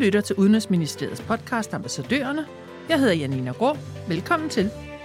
lytter til Udenrigsministeriets podcast Ambassadørerne. Jeg hedder Janina Grå. Velkommen til.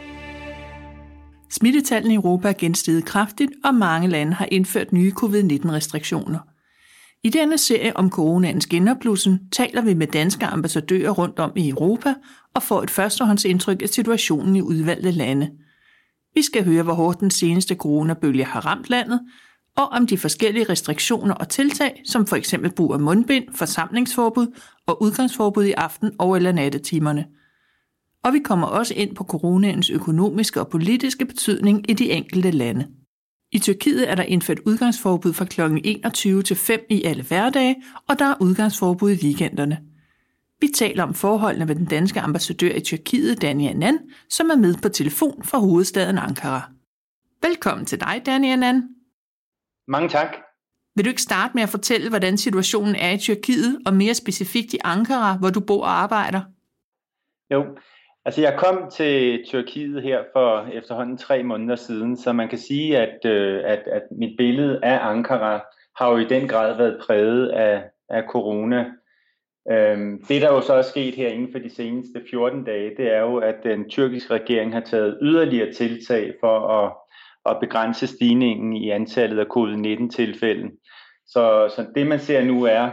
Smittetallene i Europa er gensteget kraftigt, og mange lande har indført nye covid-19-restriktioner. I denne serie om coronaens genopblussen taler vi med danske ambassadører rundt om i Europa og får et førstehåndsindtryk af situationen i udvalgte lande. Vi skal høre, hvor hårdt den seneste coronabølge har ramt landet, og om de forskellige restriktioner og tiltag, som for eksempel brug af mundbind, forsamlingsforbud og udgangsforbud i aften- og eller nattetimerne. Og vi kommer også ind på coronaens økonomiske og politiske betydning i de enkelte lande. I Tyrkiet er der indført udgangsforbud fra kl. 21 til 5 i alle hverdage, og der er udgangsforbud i weekenderne. Vi taler om forholdene ved den danske ambassadør i Tyrkiet, Danny Annan, som er med på telefon fra hovedstaden Ankara. Velkommen til dig, Danny Annan. Mange tak. Vil du ikke starte med at fortælle, hvordan situationen er i Tyrkiet, og mere specifikt i Ankara, hvor du bor og arbejder? Jo, altså jeg kom til Tyrkiet her for efterhånden 3 måneder siden, så man kan sige, at mit billede af Ankara har jo i den grad været præget af corona. Det, der jo så er sket her inden for de seneste 14 dage, det er jo, at den tyrkiske regering har taget yderligere tiltag for at begrænse stigningen i antallet af covid-19-tilfælde. Så det, man ser nu, er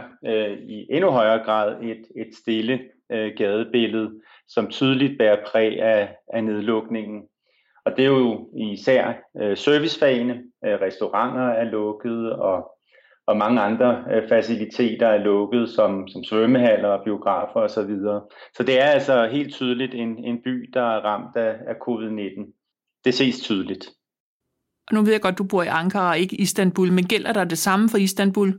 i endnu højere grad et stille gadebillede, som tydeligt bærer præg af nedlukningen. Og det er jo især servicefagene, restauranter er lukket, og mange andre faciliteter er lukket, som svømmehaller og biografer osv. Så det er altså helt tydeligt en by, der er ramt af covid-19. Det ses tydeligt. Og nu ved jeg godt, du bor i Ankara og ikke Istanbul, men gælder der det samme for Istanbul?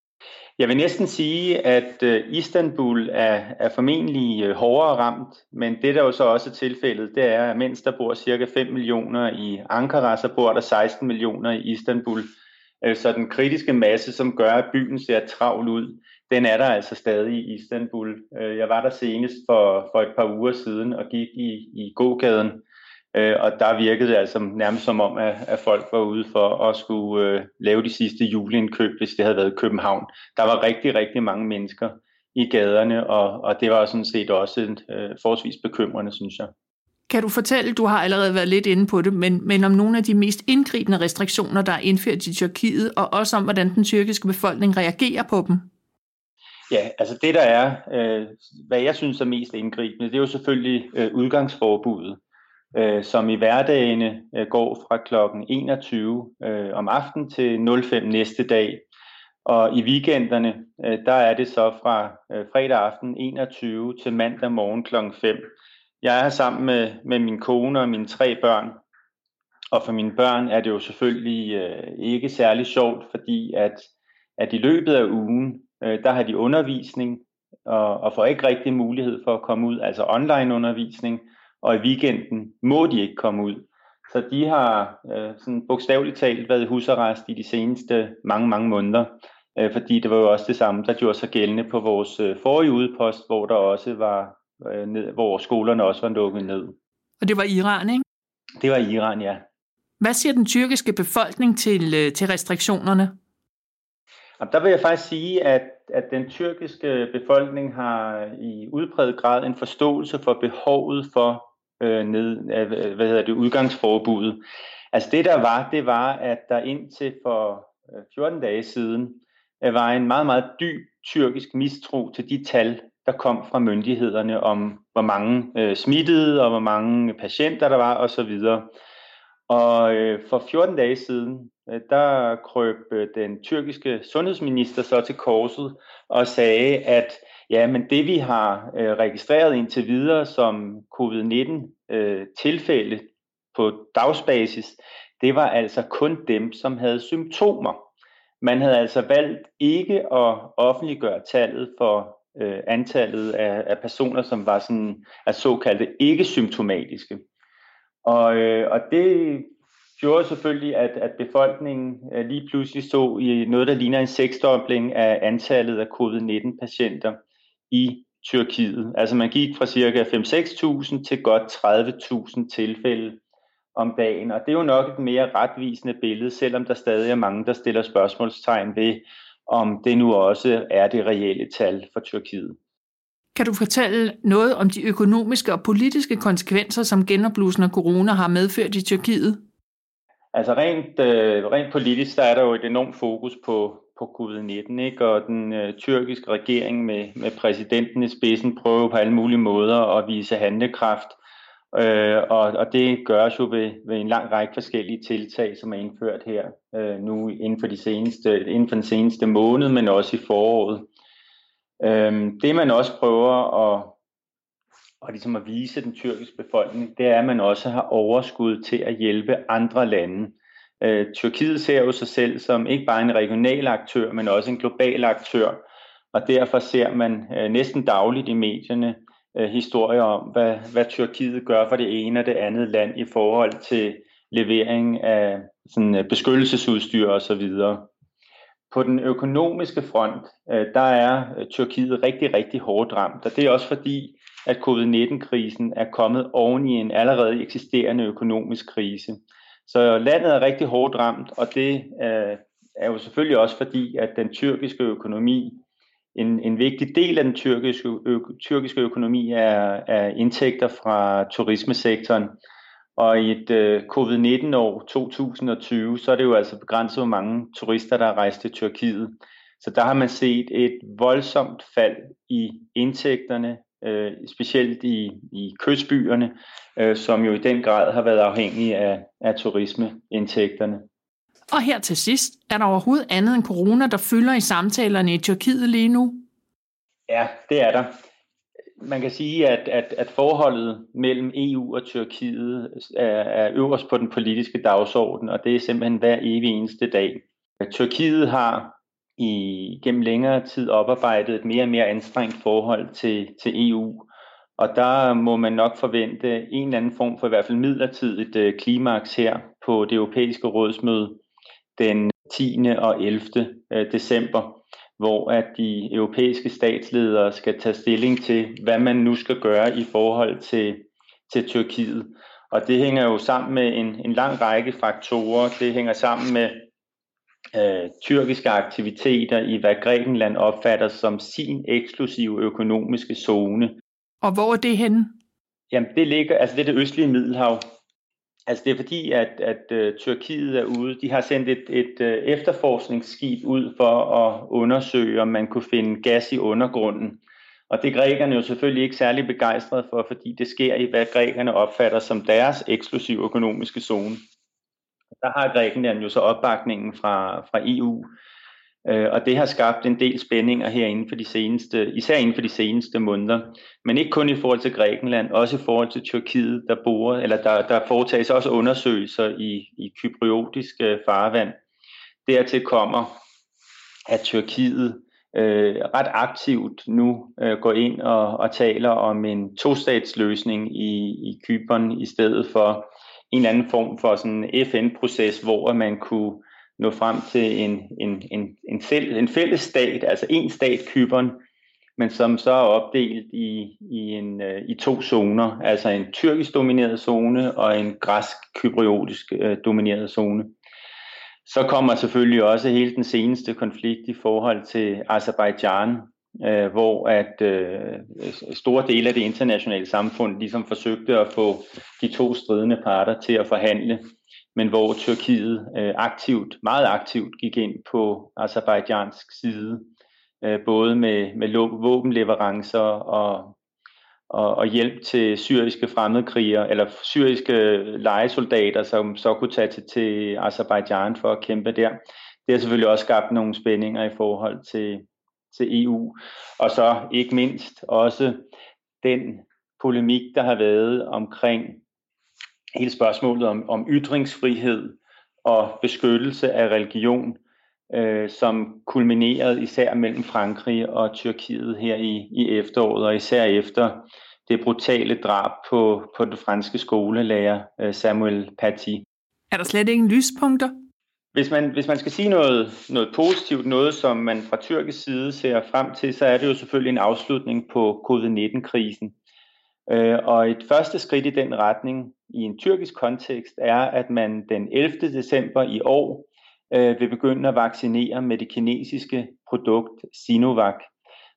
Jeg vil næsten sige, at Istanbul er formentlig hårdere ramt, men det der jo så også er tilfældet, det er, at mens der bor cirka 5 millioner i Ankara, så bor der 16 millioner i Istanbul. Så den kritiske masse, som gør, at byen ser travl ud, den er der altså stadig i Istanbul. Jeg var der senest for et par uger siden og gik i gågaden, og der virkede det altså nærmest som om, at folk var ude for at skulle lave de sidste juleindkøb, hvis det havde været i København. Der var rigtig, rigtig mange mennesker i gaderne, og det var sådan set også forholdsvis bekymrende, synes jeg. Kan du fortælle, du har allerede været lidt inde på det, men om nogle af de mest indgribende restriktioner, der er indført i Tyrkiet, og også om, hvordan den tyrkiske befolkning reagerer på dem? Ja, altså det der er, hvad jeg synes er mest indgribende, det er jo selvfølgelig udgangsforbuddet, som i hverdagene går fra klokken 21 om aftenen til 05 næste dag. Og i weekenderne, der er det så fra fredag aften 21 til mandag morgen klokken 5. Jeg er her sammen med min kone og mine 3 børn, og for mine børn er det jo selvfølgelig ikke særlig sjovt, fordi at i løbet af ugen, der har de undervisning, og får ikke rigtig mulighed for at komme ud, altså online undervisning, og i weekenden må de ikke komme ud. Så de har sådan bogstaveligt talt været i husarrest i de seneste mange måneder, fordi det var jo også det samme, der gjorde sig gældende på vores forrige udpost, hvor der også var hvor skolerne også var lukket ned. Og det var Iran, ikke? Det var Iran, ja. Hvad siger den tyrkiske befolkning til restriktionerne? Der vil jeg faktisk sige, at den tyrkiske befolkning har i udpræget grad en forståelse for behovet for udgangsforbuddet. Altså det var, at der indtil for 14 dage siden var en meget dyb tyrkisk mistro til de tal, der kom fra myndighederne om, hvor mange smittede og hvor mange patienter der var osv. Og for 14 dage siden, der krøb den tyrkiske sundhedsminister så til korset og sagde, at ja, men det vi har registreret indtil videre som covid-19 tilfælde på dagsbasis, det var altså kun dem, som havde symptomer. Man havde altså valgt ikke at offentliggøre tallet for antallet af personer, som var sådan såkaldte ikke-symptomatiske. Og det gjorde selvfølgelig, at befolkningen lige pludselig så i noget, der ligner en 6-dobling af antallet af covid-19-patienter i Tyrkiet. Altså man gik fra ca. 5-6.000 til godt 30.000 tilfælde om dagen. Og det er jo nok et mere retvisende billede, selvom der stadig er mange, der stiller spørgsmålstegn ved, om det nu også er det reelle tal for Tyrkiet. Kan du fortælle noget om de økonomiske og politiske konsekvenser, som genopblussen af corona har medført i Tyrkiet? Altså rent politisk, der er der jo et enormt fokus på covid-19, ikke? Og den tyrkiske regering med præsidenten i spidsen prøver på alle mulige måder at vise handlekraft. Og det gøres jo ved en lang række forskellige tiltag, som er indført her nu inden for den seneste måned, men også i foråret. Det man også prøver ligesom at vise den tyrkiske befolkning, det er, at man også har overskud til at hjælpe andre lande. Tyrkiet ser jo sig selv som ikke bare en regional aktør, men også en global aktør, og derfor ser man næsten dagligt i medierne historier om, hvad Tyrkiet gør for det ene og det andet land i forhold til levering af sådan beskyttelsesudstyr osv. På den økonomiske front, der er Tyrkiet rigtig, rigtig hårdt ramt, og det er også fordi, at covid-19-krisen er kommet oven i en allerede eksisterende økonomisk krise. Så landet er rigtig hårdt ramt, og det er jo selvfølgelig også fordi, at den tyrkiske økonomi, en vigtig del af den tyrkiske økonomi er indtægter fra turismesektoren. Og i et covid-19-år 2020, så er det jo altså begrænset, hvor mange turister, der er rejst til Tyrkiet. Så der har man set et voldsomt fald i indtægterne, specielt i kystbyerne, som jo i den grad har været afhængige af turismeindtægterne. Og her til sidst, er der overhovedet andet end corona, der fylder i samtalerne i Tyrkiet lige nu? Ja, det er der. Man kan sige, at forholdet mellem EU og Tyrkiet er øverst på den politiske dagsorden, og det er simpelthen hver evig eneste dag. Tyrkiet har gennem længere tid oparbejdet et mere og mere anstrengt forhold til EU, og der må man nok forvente en eller anden form for i hvert fald midlertidigt klimaks her på det europæiske rådsmøde den 10. og 11. december, hvor at de europæiske statsledere skal tage stilling til, hvad man nu skal gøre i forhold til Tyrkiet. Og det hænger jo sammen med en lang række faktorer. Det hænger sammen med tyrkiske aktiviteter i, hvad Grækenland opfatter som sin eksklusive økonomiske zone. Og hvor er det henne? Jamen det er det østlige Middelhav. Altså det er fordi, at Tyrkiet er ude. De har sendt et efterforskningsskib ud for at undersøge, om man kunne finde gas i undergrunden. Og det er grækerne jo selvfølgelig ikke særlig begejstrede for, fordi det sker i, hvad grækerne opfatter som deres eksklusive økonomiske zone. Der har Grækenland jo så opbakningen fra EU, og det har skabt en del spændinger her især inden for de seneste måneder. Men ikke kun i forhold til Grækenland, også i forhold til Tyrkiet, der foretages også undersøgelser i kypriotisk farvand. Dertil kommer, at Tyrkiet ret aktivt nu går ind og taler om en tostatsløsning i Cypern i stedet for en eller anden form for sådan en FN-proces, hvor man kunne nå frem til en fælles stat, altså en stat Cypern, men som så er opdelt i to zoner, altså en tyrkisk domineret zone og en græsk-kypriotisk domineret zone. Så kommer selvfølgelig også hele den seneste konflikt i forhold til Aserbajdsjan, hvor at store dele af det internationale samfund ligesom forsøgte at få de to stridende parter til at forhandle, men hvor Tyrkiet meget aktivt gik ind på Aserbajdsjansk side, både med våbenleverancer og hjælp til syriske fremmedkrigere eller syriske lejesoldater, som så kunne tage til Aserbajdsjan for at kæmpe der. Det har selvfølgelig også skabt nogle spændinger i forhold til EU, og så ikke mindst også den polemik, der har været omkring hele spørgsmålet om ytringsfrihed og beskyttelse af religion, som kulminerede især mellem Frankrig og Tyrkiet her i efteråret, og især efter det brutale drab på den franske skolelærer Samuel Paty. Er der slet ingen lyspunkter? Hvis man skal sige noget positivt, noget som man fra tyrkisk side ser frem til, så er det jo selvfølgelig en afslutning på covid-19-krisen. Og et første skridt i den retning i en tyrkisk kontekst er, at man den 11. december i år vil begynde at vaccinere med det kinesiske produkt Sinovac,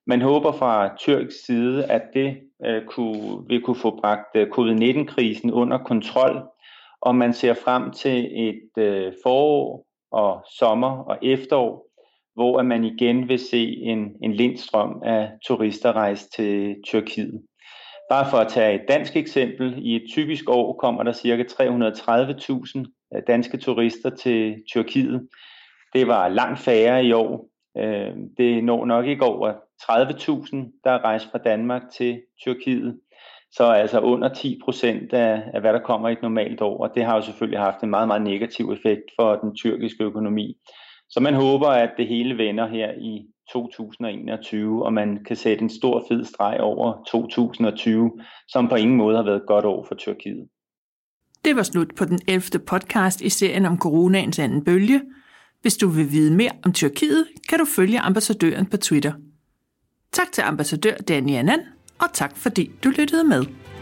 Man håber fra tyrkisk side, at det vil kunne få bragt covid-19-krisen under kontrol, og man ser frem til et forår og sommer og efterår, hvor man igen vil se en lindstrøm af turister rejse til Tyrkiet. Bare for at tage et dansk eksempel, i et typisk år kommer der ca. 330.000 danske turister til Tyrkiet. Det var langt færre i år. Det når nok ikke over 30.000, der er rejst fra Danmark til Tyrkiet. Så altså under 10% af hvad der kommer i et normalt år, og det har jo selvfølgelig haft en meget, meget negativ effekt for den tyrkiske økonomi. Så man håber, at det hele vender her i 2021, og man kan sætte en stor fed streg over 2020, som på ingen måde har været et godt år for Tyrkiet. Det var slut på den 11. podcast i serien om coronaens anden bølge. Hvis du vil vide mere om Tyrkiet, kan du følge ambassadøren på Twitter. Tak til ambassadør Danny Anand, og tak fordi du lyttede med.